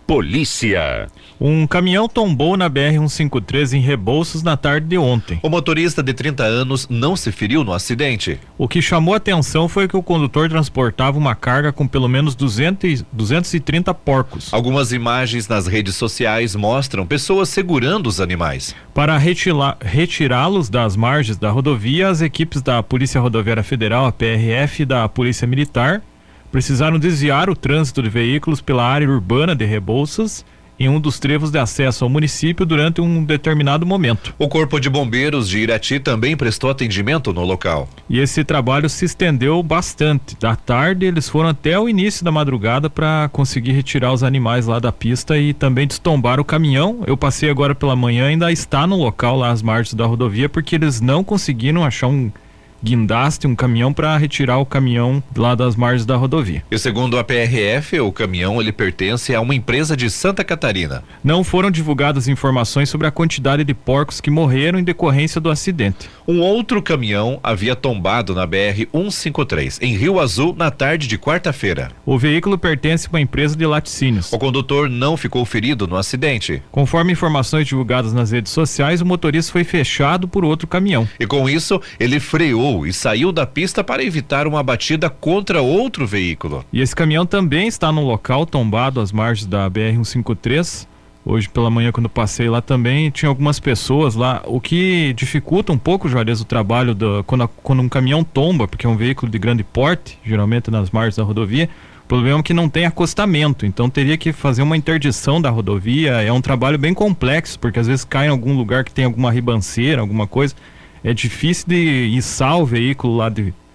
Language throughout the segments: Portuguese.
Polícia. Um caminhão tombou na BR-153 em Rebouças na tarde de ontem. O motorista de 30 anos não se feriu no acidente. O que chamou a atenção foi que o condutor transportava uma carga com pelo menos 230 porcos. Algumas imagens nas redes sociais mostram pessoas segurando os animais. Para retirá-los das margens da rodovia, as equipes da Polícia Rodoviária Federal, a PRF, e da Polícia Militar precisaram desviar o trânsito de veículos pela área urbana de Rebouças em um dos trevos de acesso ao município durante um determinado momento. O Corpo de Bombeiros de Irati também prestou atendimento no local. E esse trabalho se estendeu bastante. Da tarde eles foram até o início da madrugada para conseguir retirar os animais lá da pista e também destombar o caminhão. Eu passei agora pela manhã, ainda está no local lá às margens da rodovia, porque eles não conseguiram achar um guindaste, um caminhão para retirar o caminhão lá das margens da rodovia. E segundo a PRF, o caminhão ele pertence a uma empresa de Santa Catarina. Não foram divulgadas informações sobre a quantidade de porcos que morreram em decorrência do acidente. Um outro caminhão havia tombado na BR-153 em Rio Azul na tarde de quarta-feira. O veículo pertence a uma empresa de laticínios. O condutor não ficou ferido no acidente. Conforme informações divulgadas nas redes sociais, o motorista foi fechado por outro caminhão. E com isso, ele freou e saiu da pista para evitar uma batida contra outro veículo. E esse caminhão também está no local tombado às margens da BR-153. Hoje pela manhã, quando passei lá também, tinha algumas pessoas lá, o que dificulta um pouco, Juarez, o trabalho quando um caminhão tomba, porque é um veículo de grande porte, geralmente nas margens da rodovia. O problema é que não tem acostamento, então teria que fazer uma interdição da rodovia. É um trabalho bem complexo, porque às vezes cai em algum lugar que tem alguma ribanceira, alguma coisa. É difícil de içar o veículo lá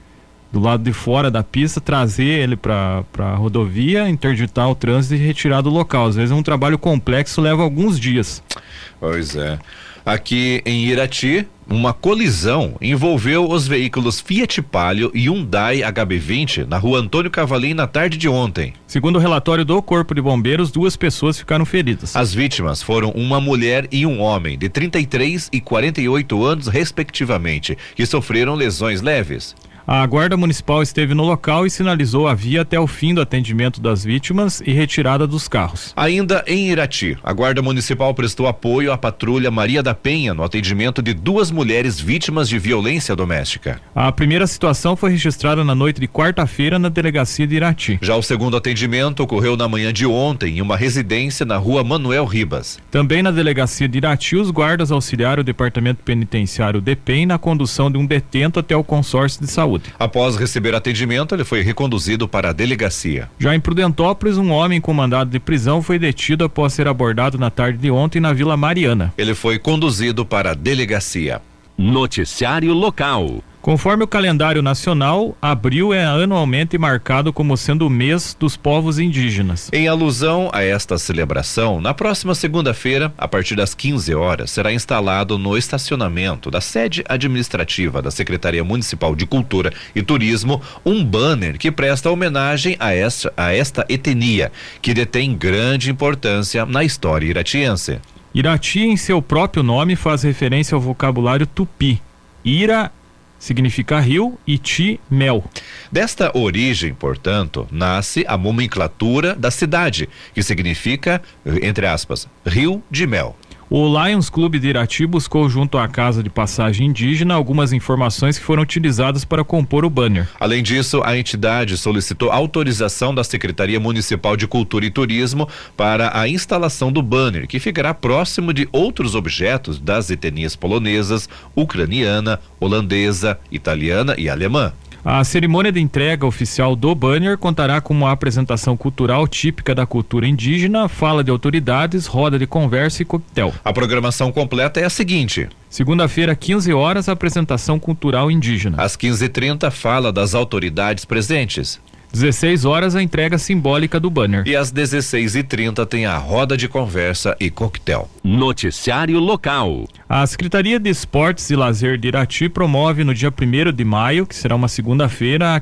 do lado de fora da pista, trazer ele para a rodovia, interditar o trânsito e retirar do local. Às vezes é um trabalho complexo, leva alguns dias. Pois é. Aqui em Irati, uma colisão envolveu os veículos Fiat Palio e Hyundai HB20 na rua Antônio Cavalim na tarde de ontem. Segundo o relatório do Corpo de Bombeiros, 2 pessoas ficaram feridas. As vítimas foram uma mulher e um homem de 33 e 48 anos, respectivamente, que sofreram lesões leves. A Guarda Municipal esteve no local e sinalizou a via até o fim do atendimento das vítimas e retirada dos carros. Ainda em Irati, a Guarda Municipal prestou apoio à patrulha Maria da Penha no atendimento de 2 mulheres vítimas de violência doméstica. A primeira situação foi registrada na noite de quarta-feira na delegacia de Irati. Já o segundo atendimento ocorreu na manhã de ontem em uma residência na rua Manuel Ribas. Também na delegacia de Irati, os guardas auxiliaram o Departamento Penitenciário DEPEN na condução de um detento até o consórcio de saúde. Após receber atendimento, ele foi reconduzido para a delegacia. Já em Prudentópolis, um homem com mandado de prisão foi detido após ser abordado na tarde de ontem na Vila Mariana. Ele foi conduzido para a delegacia. Noticiário local. Conforme o calendário nacional, abril é anualmente marcado como sendo o mês dos povos indígenas. Em alusão a esta celebração, na próxima segunda-feira, a partir das 15 horas, será instalado no estacionamento da sede administrativa da Secretaria Municipal de Cultura e Turismo um banner que presta homenagem a esta etnia, que detém grande importância na história iratiense. Irati, em seu próprio nome, faz referência ao vocabulário tupi. Ira significa rio e ti, mel. Desta origem, portanto, nasce a nomenclatura da cidade, que significa, entre aspas, rio de mel. O Lions Clube de Irati buscou junto à Casa de Passagem Indígena algumas informações que foram utilizadas para compor o banner. Além disso, a entidade solicitou autorização da Secretaria Municipal de Cultura e Turismo para a instalação do banner, que ficará próximo de outros objetos das etnias polonesas, ucraniana, holandesa, italiana e alemã. A cerimônia de entrega oficial do banner contará com uma apresentação cultural típica da cultura indígena, fala de autoridades, roda de conversa e coquetel. A programação completa é a seguinte: segunda-feira, 15 horas, apresentação cultural indígena. Às 15h30, fala das autoridades presentes. 16 horas, a entrega simbólica do banner. E às 16h30 tem a roda de conversa e coquetel. Noticiário local. A Secretaria de Esportes e Lazer de Irati promove no dia 1º de maio, que será uma segunda-feira, a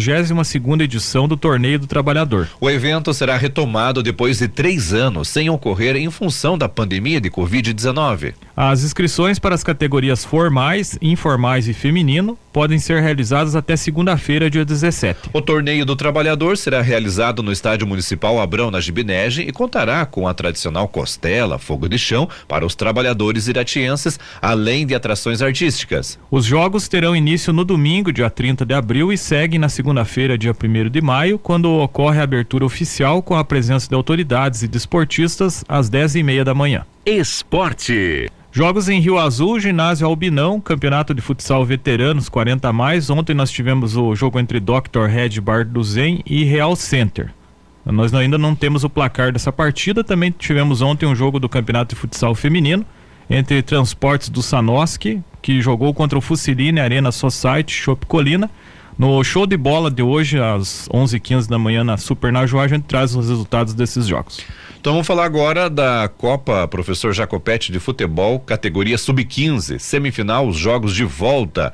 52ª edição do Torneio do Trabalhador. O evento será retomado depois de 3 anos sem ocorrer em função da pandemia de Covid-19. As inscrições para as categorias formais, informais e feminino podem ser realizadas até segunda-feira, dia 17. O Torneio do Trabalhador será realizado no Estádio Municipal Abrão, na Gibinege, e contará com a tradicional costela, fogo de chão para os trabalhadores iratienses, além de atrações artísticas. Os jogos terão início no domingo, dia 30 de abril, e seguem na segunda-feira, dia 1º de maio, quando ocorre a abertura oficial com a presença de autoridades e desportistas às 10h30 da manhã. Esporte. Jogos em Rio Azul, ginásio Albinão, campeonato de futsal veteranos 40 a mais. Ontem nós tivemos o jogo entre Dr. Red Bar do Zen e Real Center. Nós ainda não temos o placar dessa partida. Também tivemos ontem um jogo do campeonato de futsal feminino entre Transportes do Sanoski, que jogou contra o Fuciline Arena Society Shop Colina. No show de bola de hoje, às 11h15 da manhã, na Super Najuá, a gente traz os resultados desses jogos. Então vamos falar agora da Copa Professor Jacopetti de Futebol, categoria Sub-15, semifinal, os jogos de volta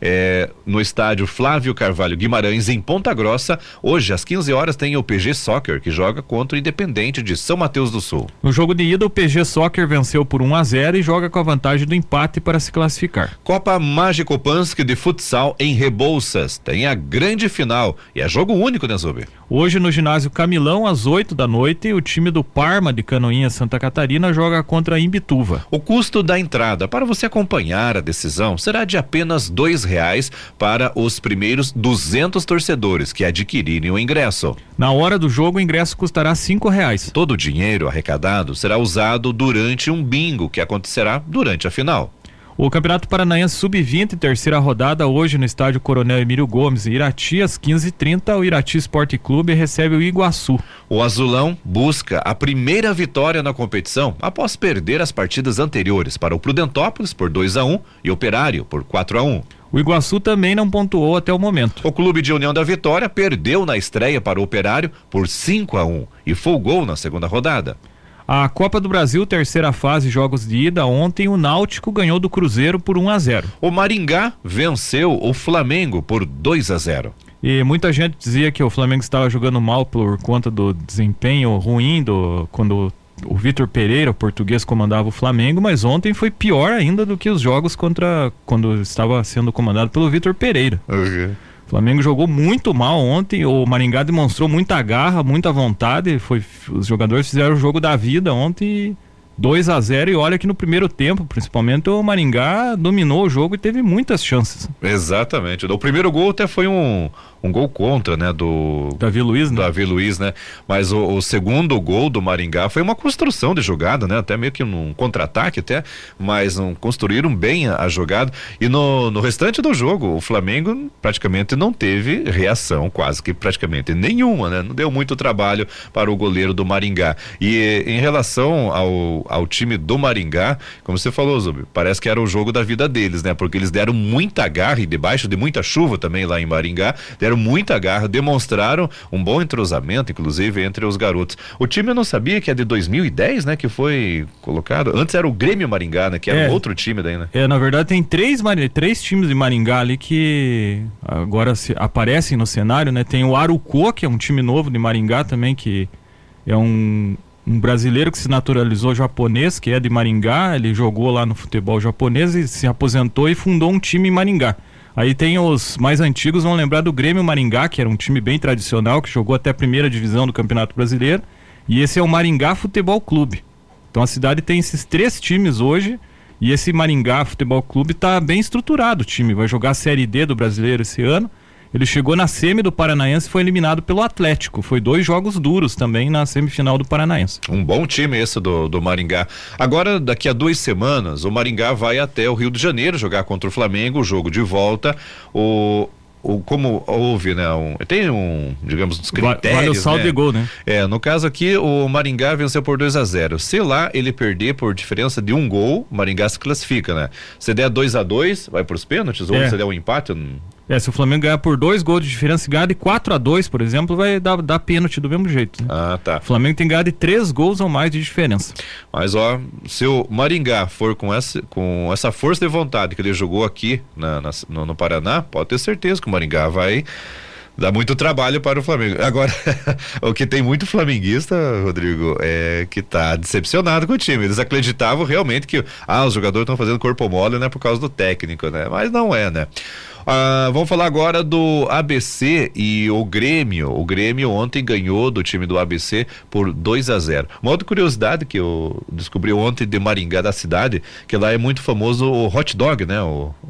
no estádio Flávio Carvalho Guimarães, em Ponta Grossa. Hoje, às 15 horas, tem o PG Soccer, que joga contra o Independente de São Mateus do Sul. No jogo de ida, o PG Soccer venceu por 1-0 e joga com a vantagem do empate para se classificar. Copa Magicopanski de Futsal em Rebouças, tem a grande final, e é jogo único, né, Zubi? Hoje, no ginásio Camilão, às 8 da noite, o time do Parma de Canoinha, Santa Catarina, joga contra a Imbituva. O custo da entrada para você acompanhar a decisão será de apenas R$2 para os primeiros 200 torcedores que adquirirem o ingresso. Na hora do jogo, o ingresso custará R$5. Todo o dinheiro arrecadado será usado durante um bingo que acontecerá durante a final. O Campeonato Paranaense Sub-20, terceira rodada, hoje no estádio Coronel Emílio Gomes, em Irati, às 15h30, o Irati Esporte Clube recebe o Iguaçu. O Azulão busca a primeira vitória na competição após perder as partidas anteriores para o Prudentópolis por 2-1 e Operário por 4-1. O Iguaçu também não pontuou até o momento. O Clube de União da Vitória perdeu na estreia para o Operário por 5-1 e folgou na segunda rodada. A Copa do Brasil, terceira fase, jogos de ida, ontem o Náutico ganhou do Cruzeiro por 1-0. O Maringá venceu o Flamengo por 2-0. E muita gente dizia que o Flamengo estava jogando mal por conta do desempenho ruim quando o Vitor Pereira, o português, comandava o Flamengo, mas ontem foi pior ainda do que os jogos quando estava sendo comandado pelo Vitor Pereira. Uhum. O Flamengo jogou muito mal ontem, o Maringá demonstrou muita garra, muita vontade, os jogadores fizeram o jogo da vida ontem, 2-0, e olha que no primeiro tempo, principalmente, o Maringá dominou o jogo e teve muitas chances. Exatamente. O primeiro gol até foi um gol contra, né? Do Davi Luiz, né? Mas o segundo gol do Maringá foi uma construção de jogada, né? Até meio que um contra-ataque até, mas construíram bem a jogada. E no restante do jogo, o Flamengo praticamente não teve reação, quase que praticamente nenhuma, né? Não deu muito trabalho para o goleiro do Maringá. E em relação ao time do Maringá, como você falou, Zubi, parece que era o jogo da vida deles, né? Porque eles deram muita garra e debaixo de muita chuva também lá em Maringá, deram muita garra, demonstraram um bom entrosamento, inclusive, entre os garotos. O time eu não sabia que é de 2010, né? Que foi colocado. Antes era o Grêmio Maringá, né? Que era um outro time daí, né? Na verdade tem três times de Maringá ali que agora aparecem no cenário, né? Tem o Arucô, que é um time novo de Maringá também, que é um brasileiro que se naturalizou japonês, que é de Maringá, ele jogou lá no futebol japonês e se aposentou e fundou um time em Maringá. Aí tem os mais antigos, vão lembrar do Grêmio Maringá, que era um time bem tradicional, que jogou até a primeira divisão do Campeonato Brasileiro, e esse é o Maringá Futebol Clube. Então a cidade tem esses três times hoje, e esse Maringá Futebol Clube está bem estruturado, o time vai jogar a Série D do Brasileiro esse ano. Ele chegou na semi do Paranaense e foi eliminado pelo Atlético. Foi 2 jogos duros também na semifinal do Paranaense. Um bom time esse do Maringá. Agora, daqui a 2 semanas, o Maringá vai até o Rio de Janeiro jogar contra o Flamengo, o jogo de volta. Como houve, né? Digamos, uns critérios. Vale o saldo, né? De gol, né? No caso aqui, o Maringá venceu por 2-0. Se lá ele perder por diferença de 1 gol, o Maringá se classifica, né? Se der 2-2, vai pros pênaltis, ou se der um empate. Se o Flamengo ganhar por 2 gols de diferença, ganhar de 4-2, por exemplo, vai dar pênalti do mesmo jeito, né? Ah, tá. O Flamengo tem que ganhar de 3 gols ou mais de diferença. Mas, se o Maringá for com essa força de vontade que ele jogou aqui no Paraná, pode ter certeza que o Maringá vai Dá muito trabalho para o Flamengo. Agora, o que tem muito flamenguista, Rodrigo, é que tá decepcionado com o time. Eles acreditavam realmente que os jogadores estão fazendo corpo mole, né, por causa do técnico, né? Mas não é, né? Vamos falar agora do ABC e o Grêmio. O Grêmio ontem ganhou do time do ABC por 2-0. Uma outra curiosidade que eu descobri ontem de Maringá, da cidade, que lá é muito famoso o hot dog, né?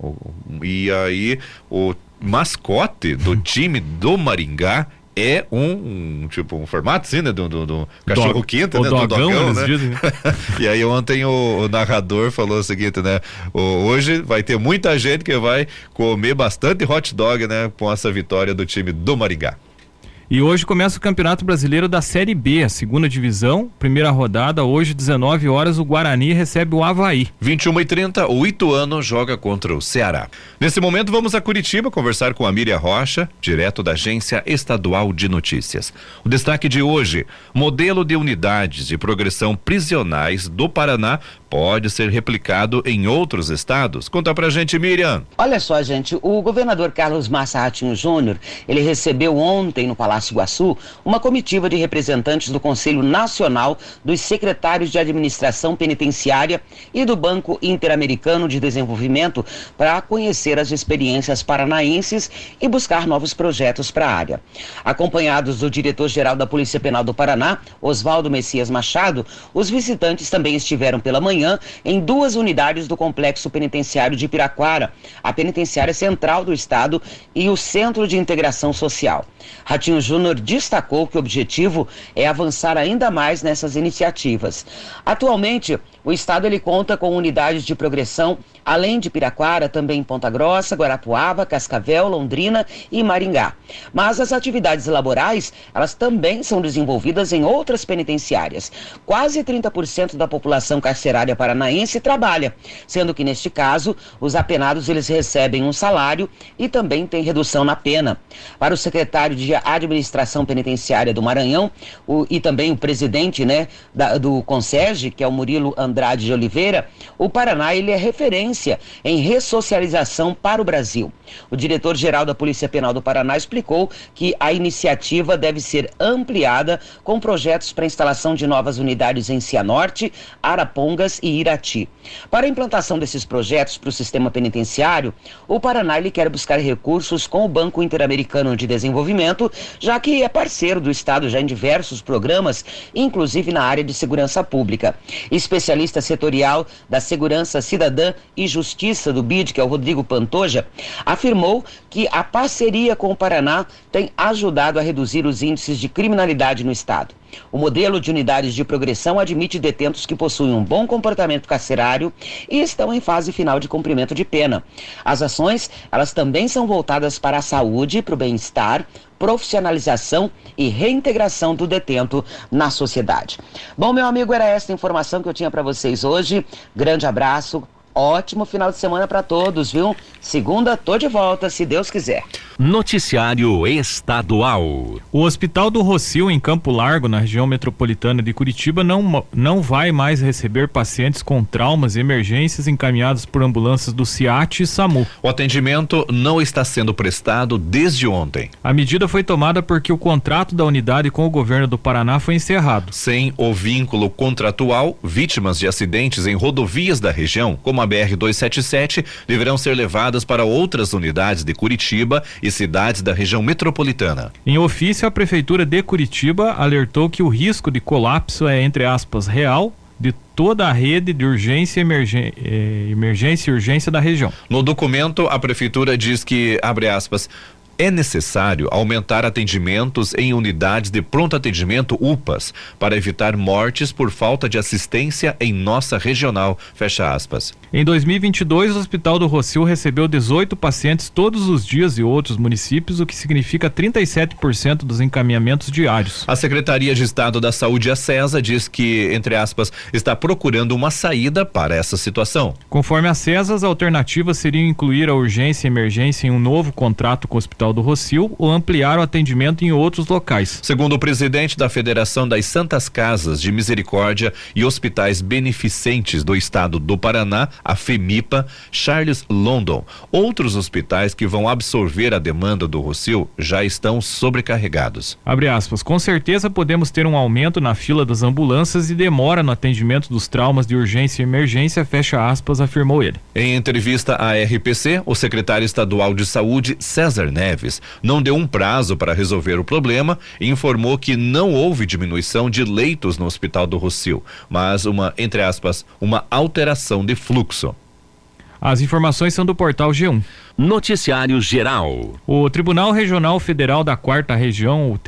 E aí o mascote do time do Maringá é um formato assim, né? Do cachorro quente, né? Do dogão, né? Dizem, né? E aí ontem o narrador falou o seguinte, né? Hoje vai ter muita gente que vai comer bastante hot dog, né? Com essa vitória do time do Maringá. E hoje começa o Campeonato Brasileiro da Série B, a segunda divisão, primeira rodada. Hoje, 19 horas, o Guarani recebe o Avaí. 21h30, o Ituano joga contra o Ceará. Nesse momento, vamos a Curitiba conversar com a Miriam Rocha, direto da Agência Estadual de Notícias. O destaque de hoje: modelo de unidades de progressão prisionais do Paraná pode ser replicado em outros estados. Conta pra gente, Miriam. Olha só, gente, o governador Carlos Massa Ratinho Júnior, ele recebeu ontem no Palácio Iguaçu uma comitiva de representantes do Conselho Nacional dos Secretários de Administração Penitenciária e do Banco Interamericano de Desenvolvimento para conhecer as experiências paranaenses e buscar novos projetos para a área. Acompanhados do diretor-geral da Polícia Penal do Paraná, Oswaldo Messias Machado, os visitantes também estiveram pela manhã em 2 unidades do Complexo Penitenciário de Piraquara, a Penitenciária Central do Estado e o Centro de Integração Social. Ratinho Júnior destacou que o objetivo é avançar ainda mais nessas iniciativas. Atualmente, o Estado ele conta com unidades de progressão, além de Piraquara, também em Ponta Grossa, Guarapuava, Cascavel, Londrina e Maringá. Mas as atividades laborais, elas também são desenvolvidas em outras penitenciárias. Quase 30% da população carcerária paranaense trabalha, sendo que neste caso, os apenados eles recebem um salário e também tem redução na pena. Para o secretário de Administração Penitenciária do Maranhão e também o presidente, né, do Conserge, que é o Murilo Andrade de Oliveira, o Paraná ele é referência em ressocialização para o Brasil. O diretor-geral da Polícia Penal do Paraná explicou que a iniciativa deve ser ampliada com projetos para instalação de novas unidades em Cianorte, Arapongas e Irati. Para a implantação desses projetos para o sistema penitenciário, o Paraná ele quer buscar recursos com o Banco Interamericano de Desenvolvimento, já que é parceiro do Estado já em diversos programas, inclusive na área de segurança pública. Especialista setorial da Segurança Cidadã e Justiça do BID, que é o Rodrigo Pantoja, afirmou que a parceria com o Paraná tem ajudado a reduzir os índices de criminalidade no estado. O modelo de unidades de progressão admite detentos que possuem um bom comportamento carcerário e estão em fase final de cumprimento de pena. As ações, elas também são voltadas para a saúde, para o bem-estar, profissionalização e reintegração do detento na sociedade. Bom, meu amigo, era essa a informação que eu tinha para vocês hoje. Grande abraço. Ótimo final de semana para todos, viu? Segunda, tô de volta, se Deus quiser. Noticiário Estadual. O Hospital do Rossio, em Campo Largo, na região metropolitana de Curitiba, não vai mais receber pacientes com traumas e emergências encaminhados por ambulâncias do SIAT e SAMU. O atendimento não está sendo prestado desde ontem. A medida foi tomada porque o contrato da unidade com o governo do Paraná foi encerrado. Sem o vínculo contratual, vítimas de acidentes em rodovias da região, como a BR-277, deverão ser levadas para outras unidades de Curitiba e cidades da região metropolitana. Em ofício, a Prefeitura de Curitiba alertou que o risco de colapso é, entre aspas, real de toda a rede de urgência emergência e urgência da região. No documento, a Prefeitura diz que, abre aspas, é necessário aumentar atendimentos em unidades de pronto atendimento UPAs para evitar mortes por falta de assistência em nossa regional, fecha aspas. Em 2022, o Hospital do Rossio recebeu 18 pacientes todos os dias de outros municípios, o que significa 37% dos encaminhamentos diários. A Secretaria de Estado da Saúde, a CESA, diz que, entre aspas, está procurando uma saída para essa situação. Conforme a CESA, as alternativas seriam incluir a urgência e emergência em um novo contrato com o Hospital Hospital do Rossio ou ampliar o atendimento em outros locais. Segundo o presidente da Federação das Santas Casas de Misericórdia e Hospitais Beneficentes do Estado do Paraná, a FEMIPA, Charles London, outros hospitais que vão absorver a demanda do Rossio já estão sobrecarregados. Abre aspas, com certeza podemos ter um aumento na fila das ambulâncias e demora no atendimento dos traumas de urgência e emergência, fecha aspas, afirmou ele. Em entrevista à RPC, o secretário estadual de saúde, César Neves, não deu um prazo para resolver o problema e informou que não houve diminuição de leitos no Hospital do Rossio, mas entre aspas, uma alteração de fluxo. As informações são do portal G1. Noticiário Geral. O Tribunal Regional Federal da 4ª Região, o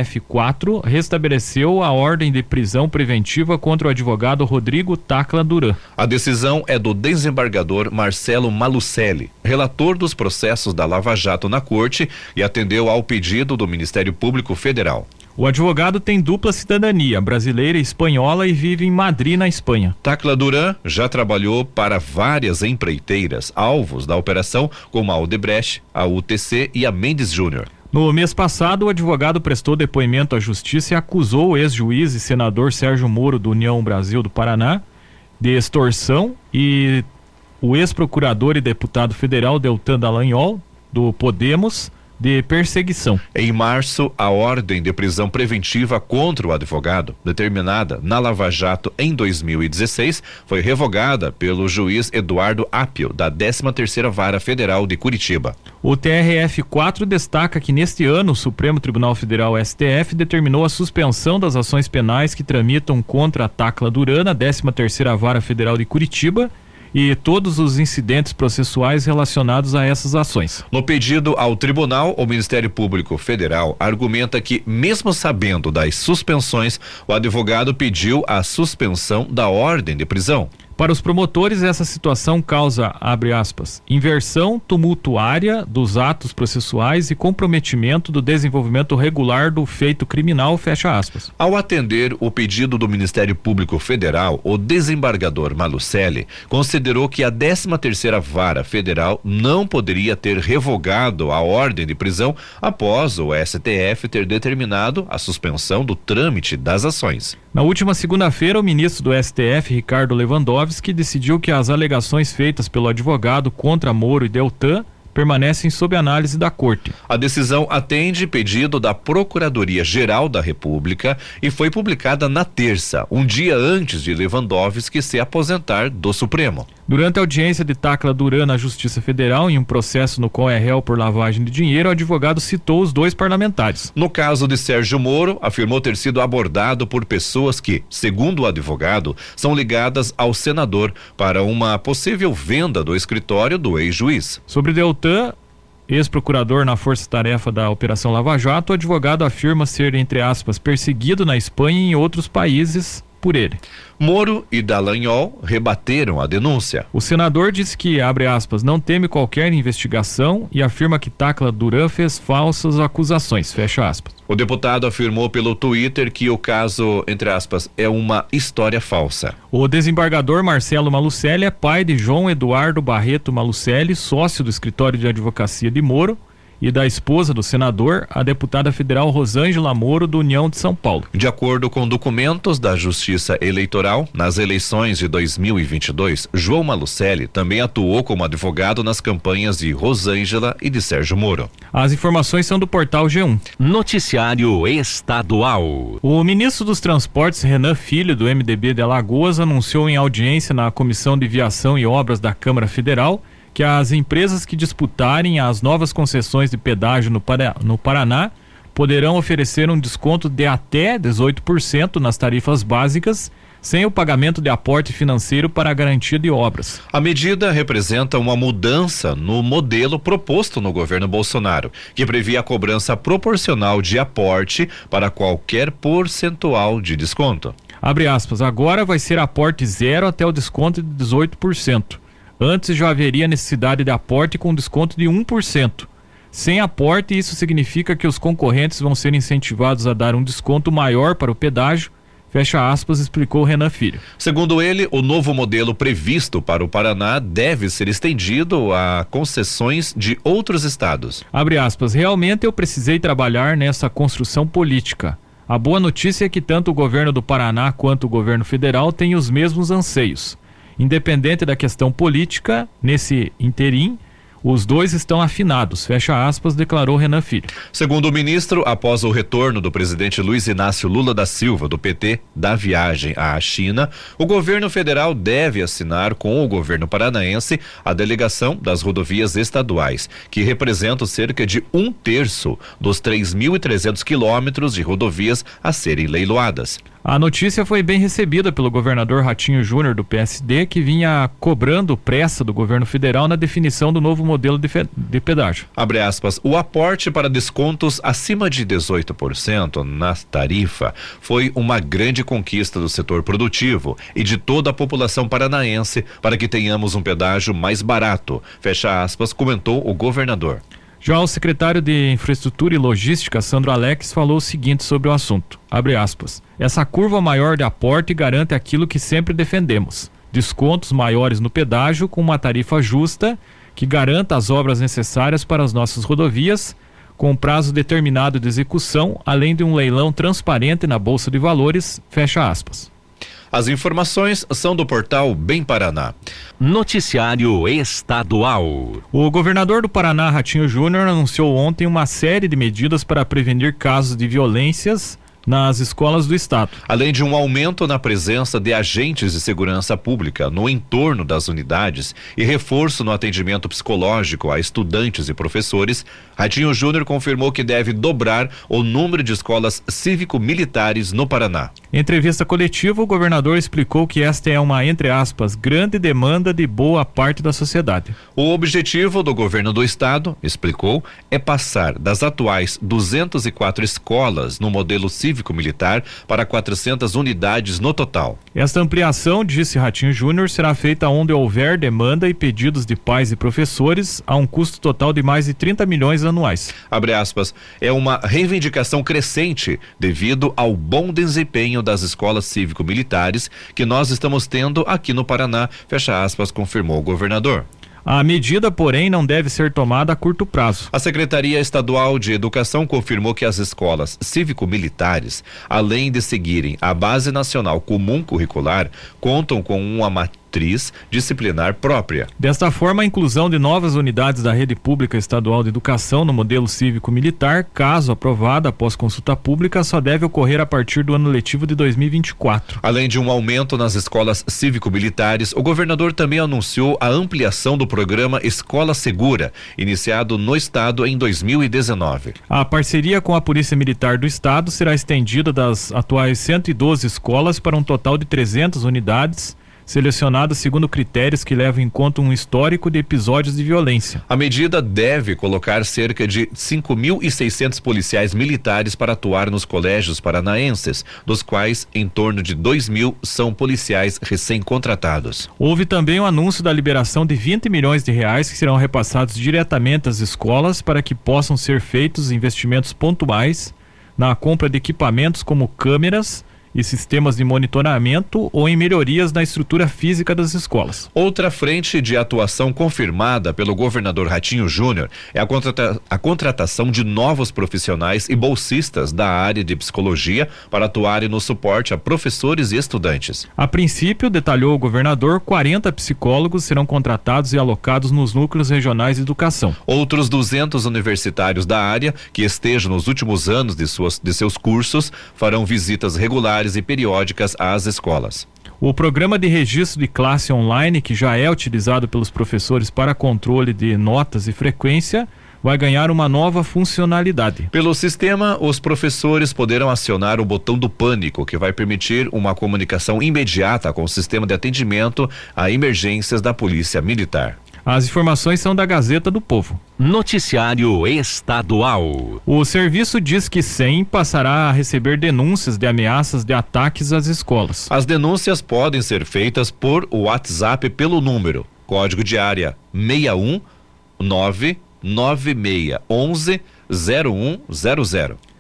TRF4, restabeleceu a ordem de prisão preventiva contra o advogado Rodrigo Tacla Duran. A decisão é do desembargador Marcelo Malucelli, relator dos processos da Lava Jato na Corte, e atendeu ao pedido do Ministério Público Federal. O advogado tem dupla cidadania, brasileira e espanhola, e vive em Madrid, na Espanha. Tacla Duran já trabalhou para várias empreiteiras, alvos da operação, como a Odebrecht, a UTC e a Mendes Júnior. No mês passado, o advogado prestou depoimento à Justiça e acusou o ex-juiz e senador Sérgio Moro, do União Brasil do Paraná, de extorsão, e o ex-procurador e deputado federal Deltan Dallagnol, do Podemos, de perseguição. Em março, a ordem de prisão preventiva contra o advogado, determinada na Lava Jato em 2016, foi revogada pelo juiz Eduardo Apio, da 13ª Vara Federal de Curitiba. O TRF4 destaca que neste ano o Supremo Tribunal Federal, STF, determinou a suspensão das ações penais que tramitam contra a Tacla Duran, na 13ª Vara Federal de Curitiba, e todos os incidentes processuais relacionados a essas ações. No pedido ao tribunal, o Ministério Público Federal argumenta que, mesmo sabendo das suspensões, o advogado pediu a suspensão da ordem de prisão. Para os promotores, essa situação causa, abre aspas, inversão tumultuária dos atos processuais e comprometimento do desenvolvimento regular do feito criminal, fecha aspas. Ao atender o pedido do Ministério Público Federal, o desembargador Malucelli considerou que a 13ª Vara Federal não poderia ter revogado a ordem de prisão após o STF ter determinado a suspensão do trâmite das ações. Na última segunda-feira, o ministro do STF, Ricardo Lewandowski, decidiu que as alegações feitas pelo advogado contra Moro e Deltan permanecem sob análise da Corte. A decisão atende pedido da Procuradoria-Geral da República e foi publicada na terça, um dia antes de Lewandowski se aposentar do Supremo. Durante a audiência de Tacla Duran na Justiça Federal, em um processo no qual é réu por lavagem de dinheiro, o advogado citou os dois parlamentares. No caso de Sérgio Moro, afirmou ter sido abordado por pessoas que, segundo o advogado, são ligadas ao senador para uma possível venda do escritório do ex-juiz. Sobre Deltan, ex-procurador na força-tarefa da Operação Lava Jato, o advogado afirma ser, entre aspas, perseguido na Espanha e em outros países por ele. Moro e Dallagnol rebateram a denúncia. O senador disse que, abre aspas, não teme qualquer investigação e afirma que Tacla Duran fez falsas acusações, fecha aspas. O deputado afirmou pelo Twitter que o caso, entre aspas, é uma história falsa. O desembargador Marcelo Malucelli é pai de João Eduardo Barreto Malucelli, sócio do escritório de advocacia de Moro, e da esposa do senador, a deputada federal Rosângela Moro, do União de São Paulo. De acordo com documentos da Justiça Eleitoral, nas eleições de 2022, João Malucelli também atuou como advogado nas campanhas de Rosângela e de Sérgio Moro. As informações são do portal G1. Noticiário Estadual. O ministro dos Transportes, Renan Filho, do MDB de Alagoas, anunciou em audiência na Comissão de Viação e Obras da Câmara Federal que as empresas que disputarem as novas concessões de pedágio no Paraná poderão oferecer um desconto de até 18% nas tarifas básicas, sem o pagamento de aporte financeiro para a garantia de obras. A medida representa uma mudança no modelo proposto no governo Bolsonaro, que previa a cobrança proporcional de aporte para qualquer percentual de desconto. Abre aspas, agora vai ser aporte zero até o desconto de 18%. Antes já haveria necessidade de aporte com desconto de 1%. Sem aporte, isso significa que os concorrentes vão ser incentivados a dar um desconto maior para o pedágio, Fecha aspas, explicou Renan Filho. Segundo ele, o novo modelo previsto para o Paraná deve ser estendido a concessões de outros estados. Abre aspas, realmente eu precisei trabalhar nessa construção política. A boa notícia é que tanto o governo do Paraná quanto o governo federal têm os mesmos anseios. Independente da questão política, nesse interim, os dois estão afinados, fecha aspas, declarou Renan Filho. Segundo o ministro, após o retorno do presidente Luiz Inácio Lula da Silva, do PT, da viagem à China, o governo federal deve assinar com o governo paranaense a delegação das rodovias estaduais, que representam cerca de 1/3 dos 3.300 quilômetros de rodovias a serem leiloadas. A notícia foi bem recebida pelo governador Ratinho Júnior do PSD, que vinha cobrando pressa do governo federal na definição do novo modelo de pedágio. Abre aspas, o aporte para descontos acima de 18% na tarifa foi uma grande conquista do setor produtivo e de toda a população paranaense para que tenhamos um pedágio mais barato, fecha aspas, comentou o governador. Já o secretário de Infraestrutura e Logística, Sandro Alex, falou o seguinte sobre o assunto, abre aspas, essa curva maior de aporte garante aquilo que sempre defendemos, descontos maiores no pedágio com uma tarifa justa que garanta as obras necessárias para as nossas rodovias, com prazo determinado de execução, além de um leilão transparente na Bolsa de Valores, fecha aspas. As informações são do portal Bem Paraná. Noticiário Estadual. O governador do Paraná, Ratinho Júnior, anunciou ontem uma série de medidas para prevenir casos de violências nas escolas do estado. Além de um aumento na presença de agentes de segurança pública no entorno das unidades e reforço no atendimento psicológico a estudantes e professores, Ratinho Júnior confirmou que deve dobrar o número de escolas cívico-militares no Paraná. Em entrevista coletiva, o governador explicou que esta é uma, entre aspas, grande demanda de boa parte da sociedade. O objetivo do governo do estado, explicou, é passar das atuais 204 escolas no modelo cívico-militar para 400 unidades no total. Esta ampliação, disse Ratinho Júnior, será feita onde houver demanda e pedidos de pais e professores a um custo total de mais de 30 milhões anuais. Abre aspas, é uma reivindicação crescente devido ao bom desempenho das escolas cívico-militares que nós estamos tendo aqui no Paraná, fecha aspas, confirmou o governador. A medida, porém, não deve ser tomada a curto prazo. A Secretaria Estadual de Educação confirmou que as escolas cívico-militares, além de seguirem a Base Nacional Comum Curricular, contam com uma matriz disciplinar própria. Desta forma, a inclusão de novas unidades da Rede Pública Estadual de Educação no modelo cívico-militar, caso aprovada após consulta pública, só deve ocorrer a partir do ano letivo de 2024. Além de um aumento nas escolas cívico-militares, o governador também anunciou a ampliação do programa Escola Segura, iniciado no estado em 2019. A parceria com a Polícia Militar do Estado será estendida das atuais 112 escolas para um total de 300 unidades, selecionadas segundo critérios que levam em conta um histórico de episódios de violência. A medida deve colocar cerca de 5.600 policiais militares para atuar nos colégios paranaenses, dos quais em torno de 2.000 são policiais recém-contratados. Houve também o anúncio da liberação de 20 milhões de reais que serão repassados diretamente às escolas para que possam ser feitos investimentos pontuais na compra de equipamentos como câmeras e sistemas de monitoramento ou em melhorias na estrutura física das escolas. Outra frente de atuação confirmada pelo governador Ratinho Júnior é a contratação de novos profissionais e bolsistas da área de psicologia para atuarem no suporte a professores e estudantes. A princípio, detalhou o governador, 40 psicólogos serão contratados e alocados nos núcleos regionais de educação. Outros 200 universitários da área que estejam nos últimos anos de seus cursos farão visitas regulares e periódicas às escolas. O programa de registro de classe online, que já é utilizado pelos professores para controle de notas e frequência, vai ganhar uma nova funcionalidade. Pelo sistema, os professores poderão acionar o botão do pânico, que vai permitir uma comunicação imediata com o sistema de atendimento a emergências da Polícia Militar. As informações são da Gazeta do Povo. Noticiário Estadual. O serviço Disque 100 passará a receber denúncias de ameaças de ataques às escolas. As denúncias podem ser feitas por WhatsApp pelo número código de área 61996110100.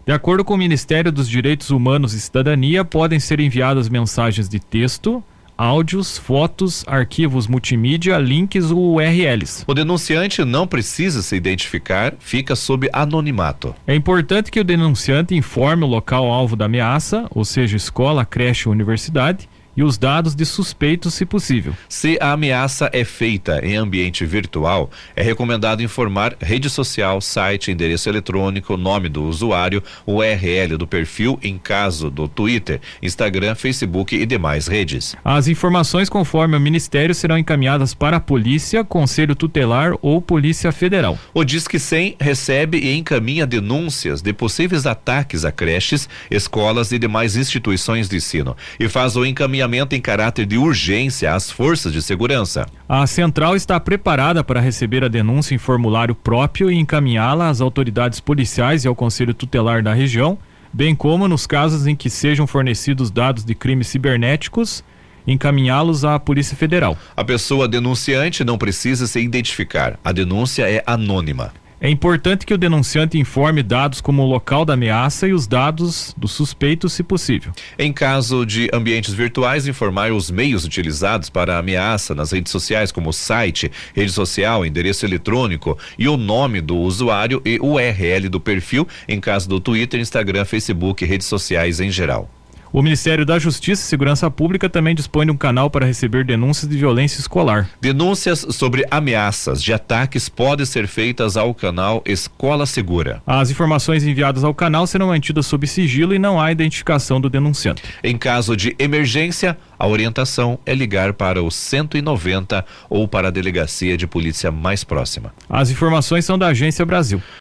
De acordo com o Ministério dos Direitos Humanos e Cidadania, podem ser enviadas mensagens de texto, áudios, fotos, arquivos multimídia, links ou URLs. O denunciante não precisa se identificar, fica sob anonimato. É importante que o denunciante informe o local-alvo da ameaça, ou seja, escola, creche ou universidade, e os dados de suspeitos, se possível. Se a ameaça é feita em ambiente virtual, é recomendado informar rede social, site, endereço eletrônico, nome do usuário, URL do perfil em caso do Twitter, Instagram, Facebook e demais redes. As informações, conforme o Ministério, serão encaminhadas para a Polícia, Conselho Tutelar ou Polícia Federal. O Disque 100 recebe e encaminha denúncias de possíveis ataques a creches, escolas e demais instituições de ensino e faz o encaminhamento em caráter de urgência às forças de segurança. A central está preparada para receber a denúncia em formulário próprio e encaminhá-la às autoridades policiais e ao Conselho Tutelar da região, bem como nos casos em que sejam fornecidos dados de crimes cibernéticos, encaminhá-los à Polícia Federal. A pessoa denunciante não precisa se identificar. A denúncia é anônima. É importante que o denunciante informe dados como o local da ameaça e os dados do suspeito, se possível. Em caso de ambientes virtuais, informar os meios utilizados para a ameaça nas redes sociais, como site, rede social, endereço eletrônico e o nome do usuário e URL do perfil, em caso do Twitter, Instagram, Facebook e redes sociais em geral. O Ministério da Justiça e Segurança Pública também dispõe de um canal para receber denúncias de violência escolar. Denúncias sobre ameaças de ataques podem ser feitas ao canal Escola Segura. As informações enviadas ao canal serão mantidas sob sigilo e não há identificação do denunciante. Em caso de emergência, a orientação é ligar para o 190 ou para a delegacia de polícia mais próxima. As informações são da Agência Brasil.